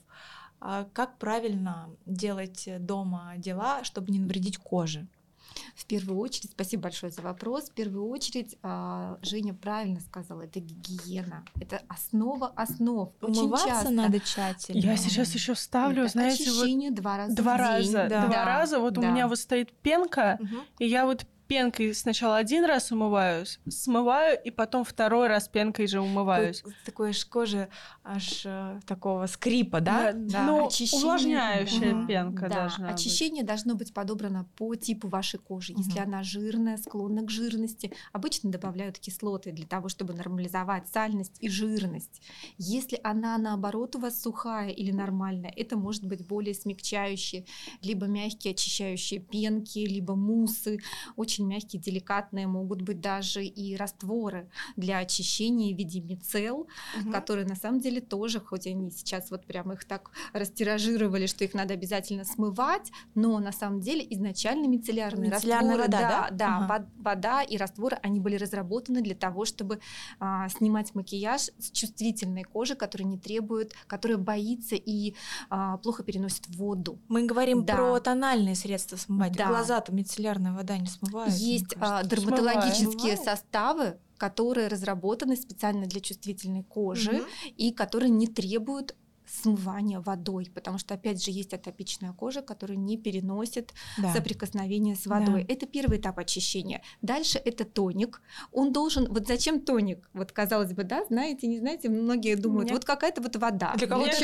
как правильно делать дома дела, чтобы не навредить коже? В первую очередь, спасибо большое за вопрос. В первую очередь, Женя правильно сказала, это гигиена. Это основа основ. Умываться очень часто надо тщательно. Я сейчас еще вставлю, это знаете, очищение 2 раза два в день. раза. Да. Два раза. Вот у меня вот стоит пенка, и я вот пенкой сначала один раз умываюсь, смываю, и потом второй раз пенкой же умываюсь. Такой аж кожа аж такого скрипа, да? Ну, очищение, увлажняющая пенка должна быть. Очищение должно быть подобрано по типу вашей кожи. Если она жирная, склонна к жирности, обычно добавляют кислоты для того, чтобы нормализовать сальность и жирность. Если она, наоборот, у вас сухая или нормальная, это может быть более смягчающие, либо мягкие очищающие пенки, либо муссы. Очень мягкие, деликатные могут быть даже и растворы для очищения в виде мицелл, которые на самом деле тоже, хоть они сейчас вот прям их так растиражировали, что их надо обязательно смывать, но на самом деле изначально мицеллярные растворы, вода, вода и растворы, они были разработаны для того, чтобы снимать макияж с чувствительной кожи, которая не требует, которая боится и плохо переносит воду. Мы говорим про тональные средства смывать. Да. Глаза-то мицеллярная вода не смывает. Есть дерматологические составы, которые разработаны специально для чувствительной кожи и которые не требуют смывания водой, потому что, опять же, есть атопичная кожа, которая не переносит соприкосновение с водой. Это первый этап очищения. Дальше это тоник. Он должен... Вот зачем тоник? Вот, казалось бы, да, знаете, не знаете, многие думают, вот какая-то вот вода. Для кого-то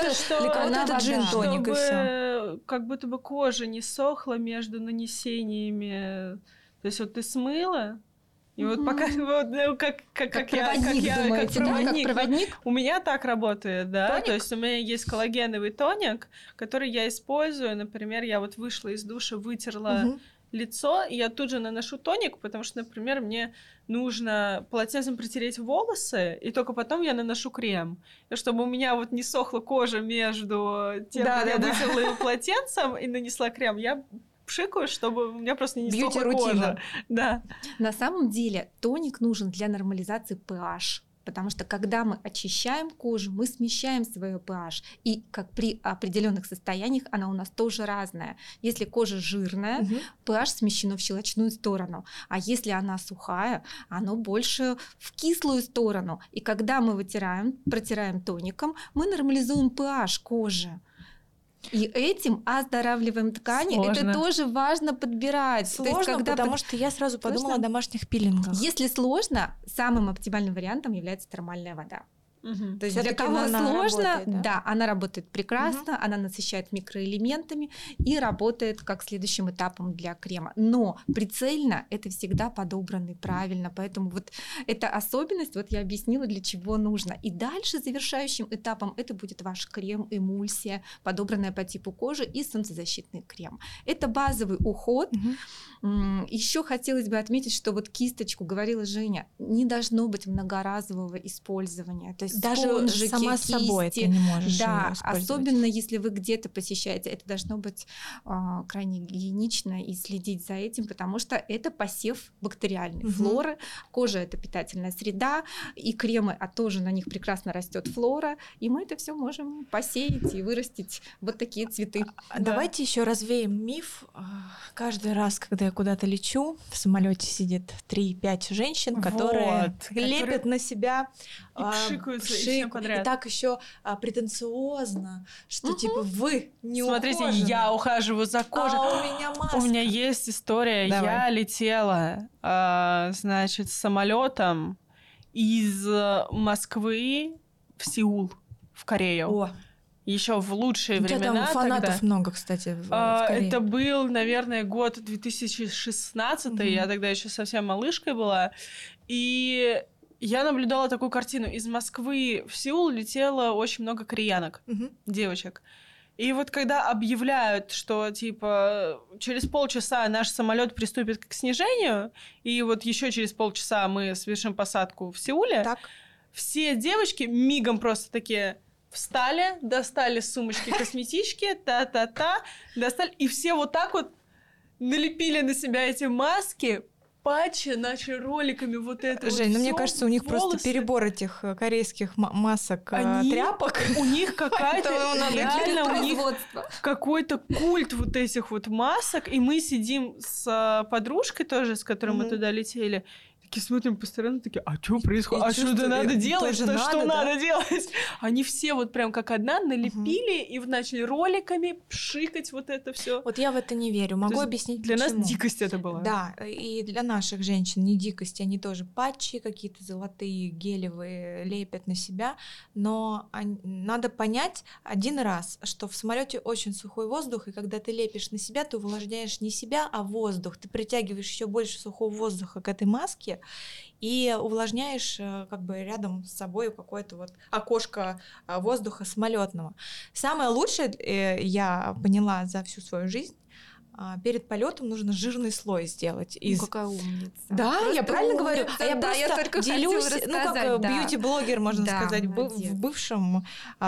это джин-тоник и все. Как будто бы кожа не сохла между нанесениями. То есть вот ты смыла, и вот пока как проводник, у меня так работает, да. Тоник? То есть у меня есть коллагеновый тоник, который я использую. Например, я вот вышла из душа, вытерла лицо, и я тут же наношу тоник, потому что, например, мне нужно полотенцем протереть волосы, и только потом я наношу крем. И чтобы у меня вот не сохла кожа между тем, как я вытерла его полотенцем и нанесла крем, я пшикаю, чтобы у меня просто не сохла кожа. Да. На самом деле тоник нужен для нормализации pH. Потому что когда мы очищаем кожу, мы смещаем свое pH. И как при определенных состояниях она у нас тоже разная. Если кожа жирная, pH смещено в щелочную сторону. А если она сухая, оно больше в кислую сторону. И когда мы протираем тоником, мы нормализуем pH кожи. И этим оздоравливаем ткани. Сложно. Это тоже важно подбирать. Сложно, потому что я сразу подумала о домашних пилингах. Если сложно, самым оптимальным вариантом является термальная вода. То есть для Всё-таки кого она сложно, работает, да? она работает прекрасно, она насыщает микроэлементами и работает как следующим этапом для крема. Но прицельно это всегда подобрано правильно, поэтому вот эта особенность, вот я объяснила, для чего нужно. И дальше завершающим этапом это будет ваш крем, эмульсия, подобранная по типу кожи и солнцезащитный крем. Это базовый уход. Еще хотелось бы отметить, что вот кисточку, говорила Женя, не должно быть многоразового использования. То есть Даже спонжики, сама с собой кисти. ты не можешь Да, её использовать. особенно если вы где-то посещаете, это должно быть крайне гигиенично и следить за этим, потому что это посев бактериальной флоры. Кожа — это питательная среда, и кремы, тоже на них прекрасно растет флора, и мы это все можем посеять и вырастить вот такие цветы. Давайте еще развеем миф. Каждый раз, когда я куда-то лечу, в самолете сидит 3-5 женщин, которые лепят на себя и пшикаются, и всем подряд. И так еще претенциозно, что типа вы не Смотрите, ухожены, я ухаживаю за кожей. а у меня маска. У меня есть история. Давай. Я летела, значит, самолетом из Москвы в Сеул, в Корею. О, Еще в лучшие у тебя времена. там фанатов тогда. много, кстати, в Корее. Это был, наверное, год 2016. Я тогда еще совсем малышкой была. И я наблюдала такую картину. Из Москвы в Сеул летело очень много кореянок, девочек. И вот когда объявляют, что типа через полчаса наш самолет приступит к снижению, и вот еще через полчаса мы совершим посадку в Сеуле, Так. все девочки мигом просто такие встали, достали с сумочки косметички, достали, и все вот так вот налепили на себя эти маски, патчи, начали роликами вот это. Жень, вот мне всё, кажется, у них волосы. просто перебор этих корейских масок, тряпок. У них какая-то реально у них Производство. какой-то культ вот этих вот масок, и мы сидим с подружкой тоже, с которой мы туда летели, такие смотрим по сторонам, такие, а что происходит? А что-то надо делать? Что надо делать? Они все вот прям как одна налепили и начали роликами пшикать вот это все. Вот я в это не верю. Могу объяснить, для почему. нас дикость это была. Да, и для наших женщин не дикость, они тоже патчи какие-то золотые, гелевые лепят на себя, но надо понять один раз, что в самолете очень сухой воздух, и когда ты лепишь на себя, ты увлажняешь не себя, а воздух. Ты притягиваешь еще больше сухого воздуха к этой маске и увлажняешь как бы рядом с собой какое-то вот окошко воздуха самолетного. Самое лучшее, я поняла за всю свою жизнь, перед полетом нужно жирный слой сделать. Какая умница. Да, просто я правильно говорю? умница. Я Да, просто я только делюсь, хотела как рассказать, бьюти-блогер, можно Да, сказать, молодец. в бывшем.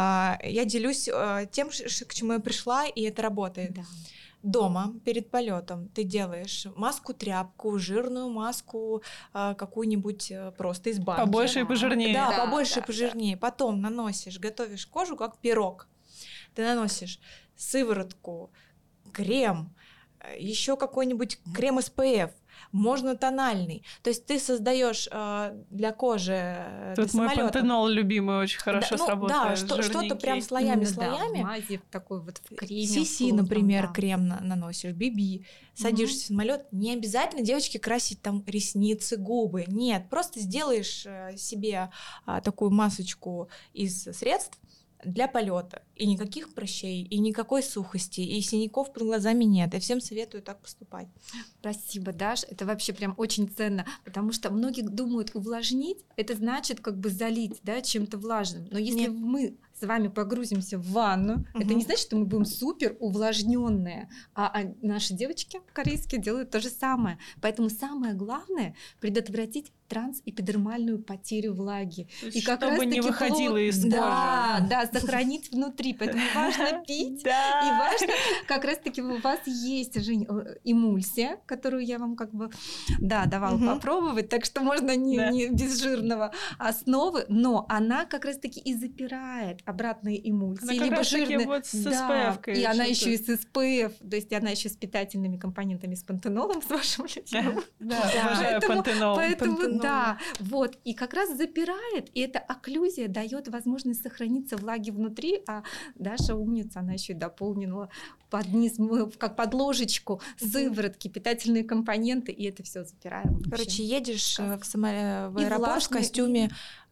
Я делюсь тем, к чему я пришла, и это работает. Да. Дома перед полетом ты делаешь маску-тряпку, жирную маску какую-нибудь просто из банки. Побольше и пожирнее. Да, Да, побольше да, и пожирнее. Потом наносишь, готовишь кожу как пирог. Ты наносишь сыворотку, крем, еще какой-нибудь крем SPF, можно тональный. То есть ты создаешь для кожи Тут мой пантенол любимый очень хорошо сработает. Да, что-то прям слоями. Да, в мазе, такой вот в креме. CC, например, крем наносишь, BB, садишься в самолет. Не обязательно, девочки, красить там ресницы, губы. Нет, просто сделаешь себе такую масочку из средств для полета. И никаких прыщей, и никакой сухости, и синяков под глазами нет. Я всем советую так поступать. Спасибо, Даш. Это вообще прям очень ценно, потому что многие думают, увлажнить — это значит как бы залить, да, чем-то влажным. Но если мы с вами погрузимся в ванну, это не значит, что мы будем супер увлажненные, а наши девочки корейские делают то же самое. Поэтому самое главное — предотвратить трансэпидермальную потерю влаги. И как чтобы не выходило из кожи. Да, сохранить внутри. Поэтому важно пить. И важно, как раз-таки у вас есть, Жень, эмульсия, которую я вам как бы давала попробовать, так что можно не без жирного основы, но она как раз-таки и запирает обратные эмульсии. Она либо жирные. Вот с SPF-кой. И она еще и с SPF, то есть она еще с питательными компонентами, с пантенолом, с вашим любимым. Да, обожаю пантенол. Поэтому да, вот, и как раз запирает, и эта окклюзия дает возможность сохраниться влаги внутри, а Даша умница, она еще и дополнила под низ, как под ложечку сыворотки, питательные компоненты, и это все запираем. Короче, едешь в аэропорт в костюме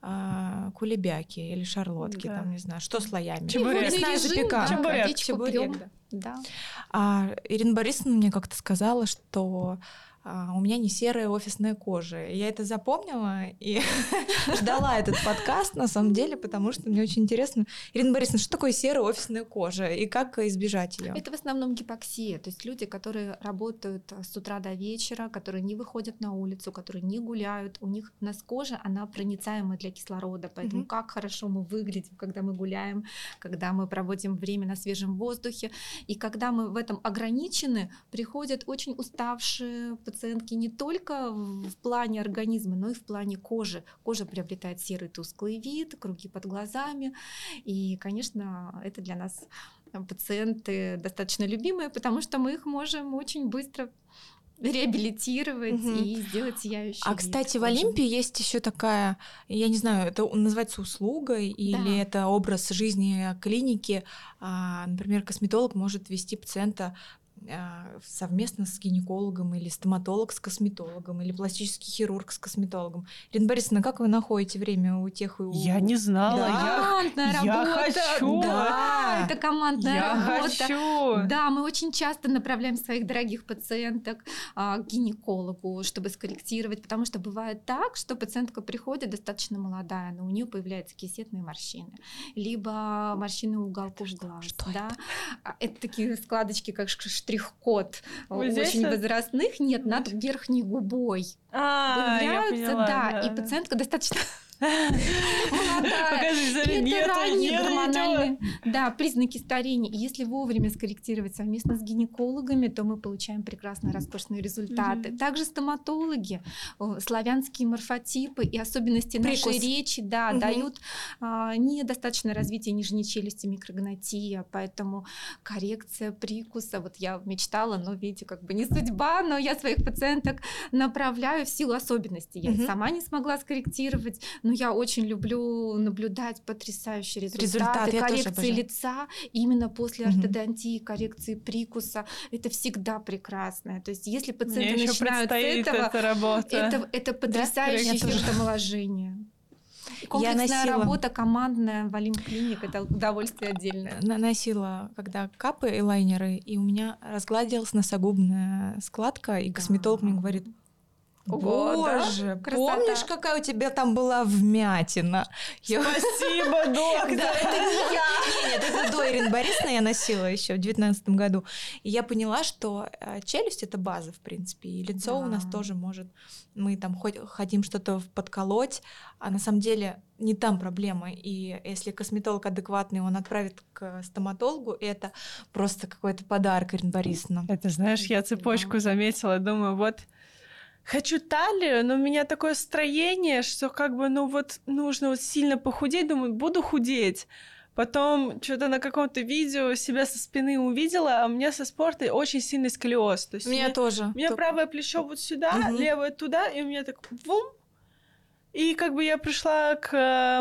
кулебяки или шарлотки, Да. там, не знаю, что слоями. Чебурек. Мясная Режим, запеканка. да, Чебурек. водичку Чебурек, пьём. да. Да. Ирина Борисовна мне как-то сказала, что у меня не серая офисная кожа. Я это запомнила и ждала этот подкаст, на самом деле, потому что мне очень интересно. Ирина Борисовна, что такое серая офисная кожа и как избежать ее? Это в основном гипоксия, то есть люди, которые работают с утра до вечера, которые не выходят на улицу, которые не гуляют, у них кожа, она проницаема для кислорода, поэтому как хорошо мы выглядим, когда мы гуляем, когда мы проводим время на свежем воздухе, и когда мы в этом ограничены, приходят очень уставшие пациентки не только в плане организма, но и в плане кожи. Кожа приобретает серый тусклый вид, круги под глазами. И, конечно, это для нас пациенты достаточно любимые, потому что мы их можем очень быстро реабилитировать и сделать сияющий вид кстати, в кожи. Олимпии есть еще такая, я не знаю, это называется услугой или это образ жизни клиники. Например, косметолог может вести пациента совместно с гинекологом или стоматолог с косметологом или пластический хирург с косметологом. Ирина Борисовна, как вы находите время у тех и у... Я не знала. Командная Я работа. хочу. Да, это командная Я работа. хочу. Да, мы очень часто направляем своих дорогих пациенток к гинекологу, чтобы скорректировать, потому что бывает так, что пациентка приходит достаточно молодая, но у нее появляются кисетные морщины, либо морщины у уголков глаз. Да? Это такие складочки, как штрих-код, Вот здесь очень вот? возрастных, нет, над верхней губой. Я Появляются, поняла, да, да. и пациентка достаточно молодая. Покажи, смотри, И это нету, ранние нету, гормональные признаки старения. И если вовремя скорректировать совместно с гинекологами, то мы получаем прекрасные роскошные результаты. Также стоматологи, славянские морфотипы и особенности нашей речи дают недостаточное развитие нижней челюсти, микрогнатия, поэтому коррекция прикуса. Вот я мечтала, но, видите, как бы не судьба, но я своих пациенток направляю в силу особенностей. Я сама не смогла скорректировать, но я очень люблю наблюдать потрясающие результаты коррекции лица именно после ортодонтии, коррекции прикуса. Это всегда прекрасно. То есть если пациенты начинают с этого, это потрясающий эффект омоложения. Комплексная работа, командная в Олимп-клиник, это удовольствие отдельное. Наносила, когда капы и лайнеры, и у меня разгладилась носогубная складка, и косметолог мне говорит: боже, да? помнишь, какая у тебя там была вмятина? Спасибо, доктор! Да, это не я. Нет, это до Ирины Борисовны я носила еще в 2019 году. И я поняла, что челюсть — это база, в принципе, и лицо у нас тоже может... Мы там хотим что-то подколоть, а на самом деле не там проблема. И если косметолог адекватный, он отправит к стоматологу, это просто какой-то подарок, Ирина Борисовна. Это, знаешь, я цепочку заметила, думаю, вот... Хочу талию, но у меня такое строение, что как бы, нужно вот сильно похудеть. Думаю, буду худеть. Потом что-то на каком-то видео себя со спины увидела, а у меня со спорта очень сильный сколиоз. То есть у меня тоже. У меня правое плечо вот сюда, левое туда, и у меня так бум. И как бы я пришла к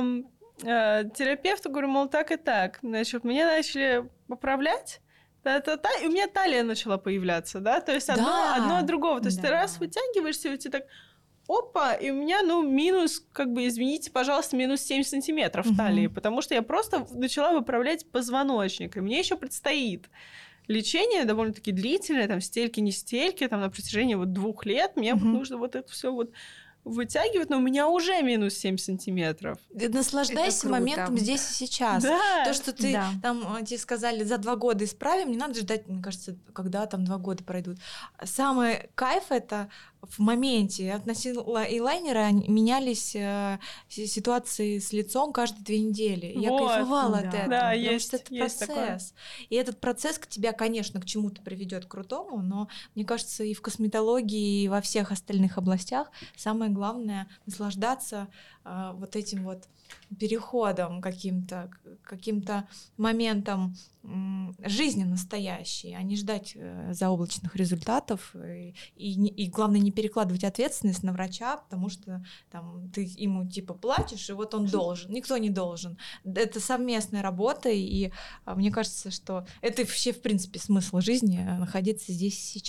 терапевту, говорю, мол, так и так. Значит, меня начали поправлять. И у меня талия начала появляться, да, то есть одно от другого. То есть ты раз вытягиваешься, и у тебя так, опа, и у меня, минус, как бы, извините, пожалуйста, минус 7 сантиметров в талии, потому что я просто начала выправлять позвоночник, и мне еще предстоит лечение довольно-таки длительное, там, стельки, не стельки, там, на протяжении 2 лет, мне нужно вот это все вытягивать, но у меня уже минус 7 сантиметров. Наслаждайся моментом здесь и сейчас. Да. То, что ты там тебе сказали, за 2 года исправим, не надо ждать, мне кажется, когда там 2 года пройдут. Самый кайф — это в моменте. Я относила эйлайнеры, менялись ситуации с лицом каждые 2 недели. Я кайфовала от этого. Да, потому что это процесс. Такое. И этот процесс к тебя, конечно, к чему-то приведет крутому, но мне кажется, и в косметологии, и во всех остальных областях самое главное — наслаждаться вот этим вот переходом, каким-то моментом жизни настоящей, а не ждать заоблачных результатов. И главное, не перекладывать ответственность на врача, потому что там, ты ему типа платишь, и вот он должен. Никто не должен. Это совместная работа, и мне кажется, что это вообще, в принципе, смысл жизни — находиться здесь и сейчас.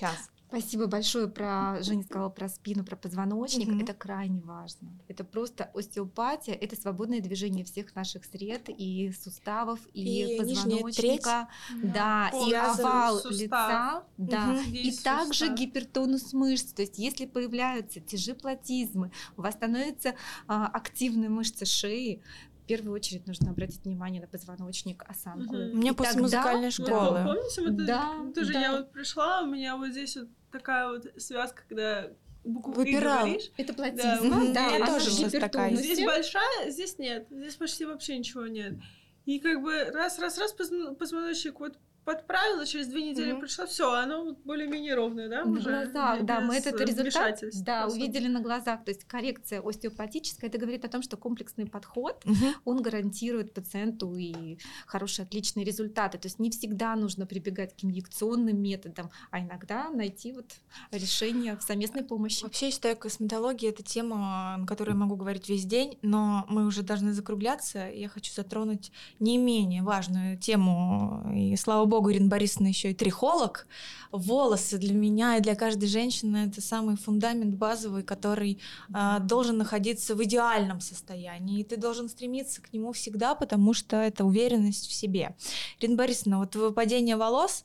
Спасибо большое. Женя сказала про спину, про позвоночник. Это крайне важно. Это просто остеопатия, это свободное движение всех наших сред и суставов, и позвоночника. Да, и овал лица. Да. И также гипертонус мышц. То есть если появляются те же платизмы, у вас становятся активные мышцы шеи, в первую очередь нужно обратить внимание на позвоночник, осанку. У меня после музыкальной школы. Помните, тоже я вот пришла, у меня вот здесь вот такая вот связка, когда букву «и» говоришь. Это платизма, да, я тоже сейчас такая. Здесь большая, здесь нет, здесь почти вообще ничего нет. И как бы раз позвоночник вот подправила, через 2 недели пришло, все, оно более-менее ровное, да? На глазах, да, мы этот результат увидели на глазах. То есть коррекция остеопатическая, это говорит о том, что комплексный подход, он гарантирует пациенту и хорошие, отличные результаты. То есть не всегда нужно прибегать к инъекционным методам, а иногда найти вот решение в совместной помощи. Вообще, я считаю, косметология — это тема, на которой я могу говорить весь день, но мы уже должны закругляться. Я хочу затронуть не менее важную тему, и слава богу, Ирина Борисовна еще и трихолог. Волосы для меня и для каждой женщины — это самый фундамент базовый, который должен находиться в идеальном состоянии, и ты должен стремиться к нему всегда, потому что это уверенность в себе. Ирина Борисовна, вот выпадение волос,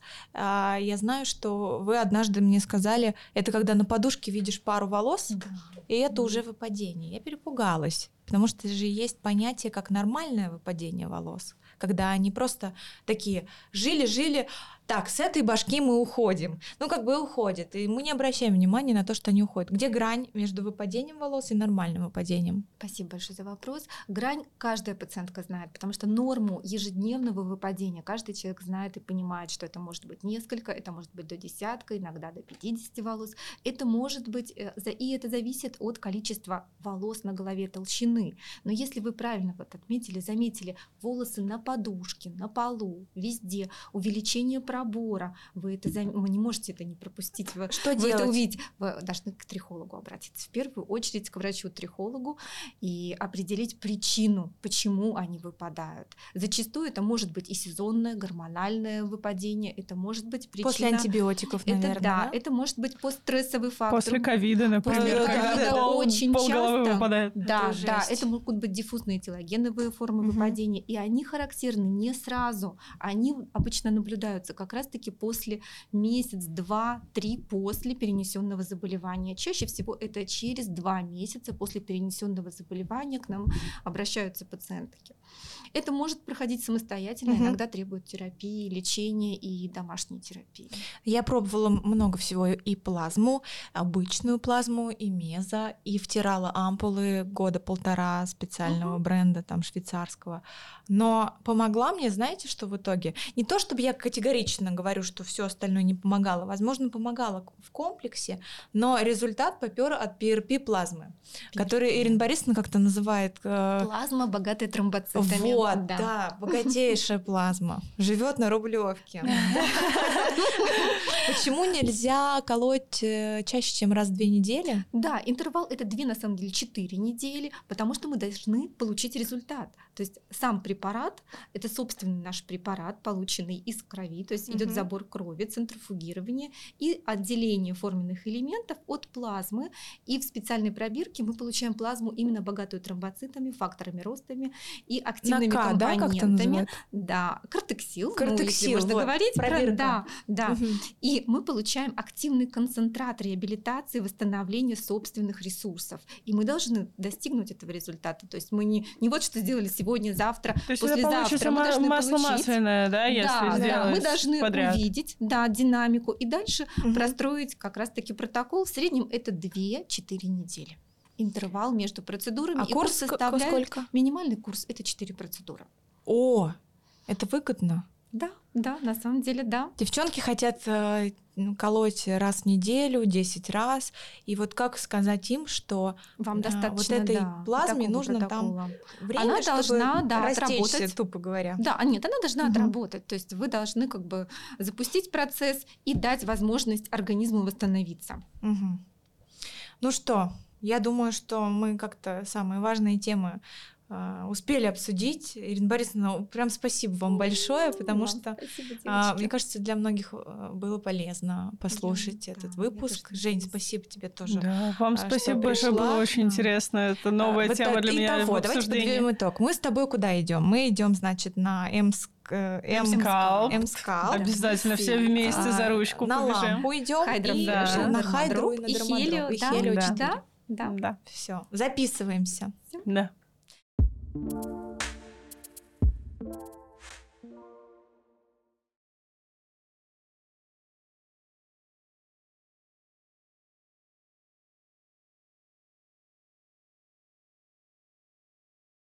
я знаю, что вы однажды мне сказали, это когда на подушке видишь пару волос, и это уже выпадение. Я перепугалась, потому что же есть понятие как нормальное выпадение волос, когда они просто такие жили-жили, так, с этой башки мы уходим. Ну, как бы уходят, и мы не обращаем внимания на то, что они уходят. Где грань между выпадением волос и нормальным выпадением? Спасибо большое за вопрос. Грань каждая пациентка знает, потому что норму ежедневного выпадения каждый человек знает и понимает, что это может быть несколько, это может быть до десятка, иногда до 50 волос. Это может быть, и это зависит от количества волос на голове, толщины. Но если вы правильно вот отметили, заметили, волосы на подушке, на полу, везде, увеличение пробора, вы не можете это не пропустить. Что вы делать? Это увидеть. Вы должны к трихологу обратиться. В первую очередь к врачу-трихологу и определить причину, почему они выпадают. Зачастую это может быть и сезонное гормональное выпадение, это может быть причина... После антибиотиков, наверное, да? Это может быть постстрессовый фактор. После ковида, например. После ковида очень часто. Выпадает. Да, это могут быть диффузные телогеновые формы выпадения, и они характерны не сразу. Они обычно наблюдаются как раз-таки после месяц, 2-3 после перенесенного заболевания. Чаще всего это через 2 месяца после перенесенного заболевания к нам обращаются пациентки. Это может проходить самостоятельно, иногда требует терапии, лечения и домашней терапии. Я пробовала много всего, и плазму, обычную плазму, и мезо, и втирала ампулы 1.5 специального бренда, там, швейцарского. Но помогла мне, знаете, что в итоге? Не то, чтобы я категорично говорю, что все остальное не помогало. Возможно, помогало в комплексе, но результат попёр от PRP-плазмы, которую Ирина Борисовна как-то называет... Плазма, богатая тромбоцитами. Вот, да, богатейшая плазма. Живет на Рублевке. Почему нельзя колоть чаще, чем раз в 2 недели? Да, интервал это 2, на самом деле 4 недели, потому что мы должны получить результат. То есть сам препарат, это собственный наш препарат, полученный из крови, то есть идет забор крови, центрифугирование и отделение форменных элементов от плазмы. И в специальной пробирке мы получаем плазму именно богатую тромбоцитами, факторами ростами и активными компонентами. Да, кортексил, если можно говорить. Пробирка. Да. И мы получаем активный концентрат реабилитации, восстановления собственных ресурсов. И мы должны достигнуть этого результата. То есть мы не вот что сделали сегодня, завтра, то есть послезавтра. Это мы должны масло масляное, да, если сделать мы должны подряд. Увидеть динамику и дальше простроить как раз-таки протокол. В среднем это 2-4 недели. Интервал между процедурами. А курс составляет? Сколько? Минимальный курс — это 4 процедуры. О, это выгодно. Да, на самом деле, да. Девчонки хотят колоть раз в неделю, 10 раз. И вот как сказать им, что вам достаточно вот этой плазме нужно протокола. Там время, она чтобы должна растечься, тупо говоря. Да, нет, она должна отработать. То есть вы должны как бы запустить процесс и дать возможность организму восстановиться. Ну что, я думаю, что мы как-то самые важные темы успели обсудить. Ирина Борисовна, прям спасибо вам большое, потому что, мне кажется, для многих было полезно послушать этот выпуск. Жень, спасибо тебе тоже. Да, вам спасибо большое, было очень интересно. Это новая тема для меня в обсуждении. Давайте подведем итог. Мы с тобой куда идем? Мы идем, значит, на МСКАЛ. Обязательно все вместе за ручку на побежим. Лампу идем, на Хайдру и на Дермодроп. И Хелио 4. Да. Все, записываемся. Да.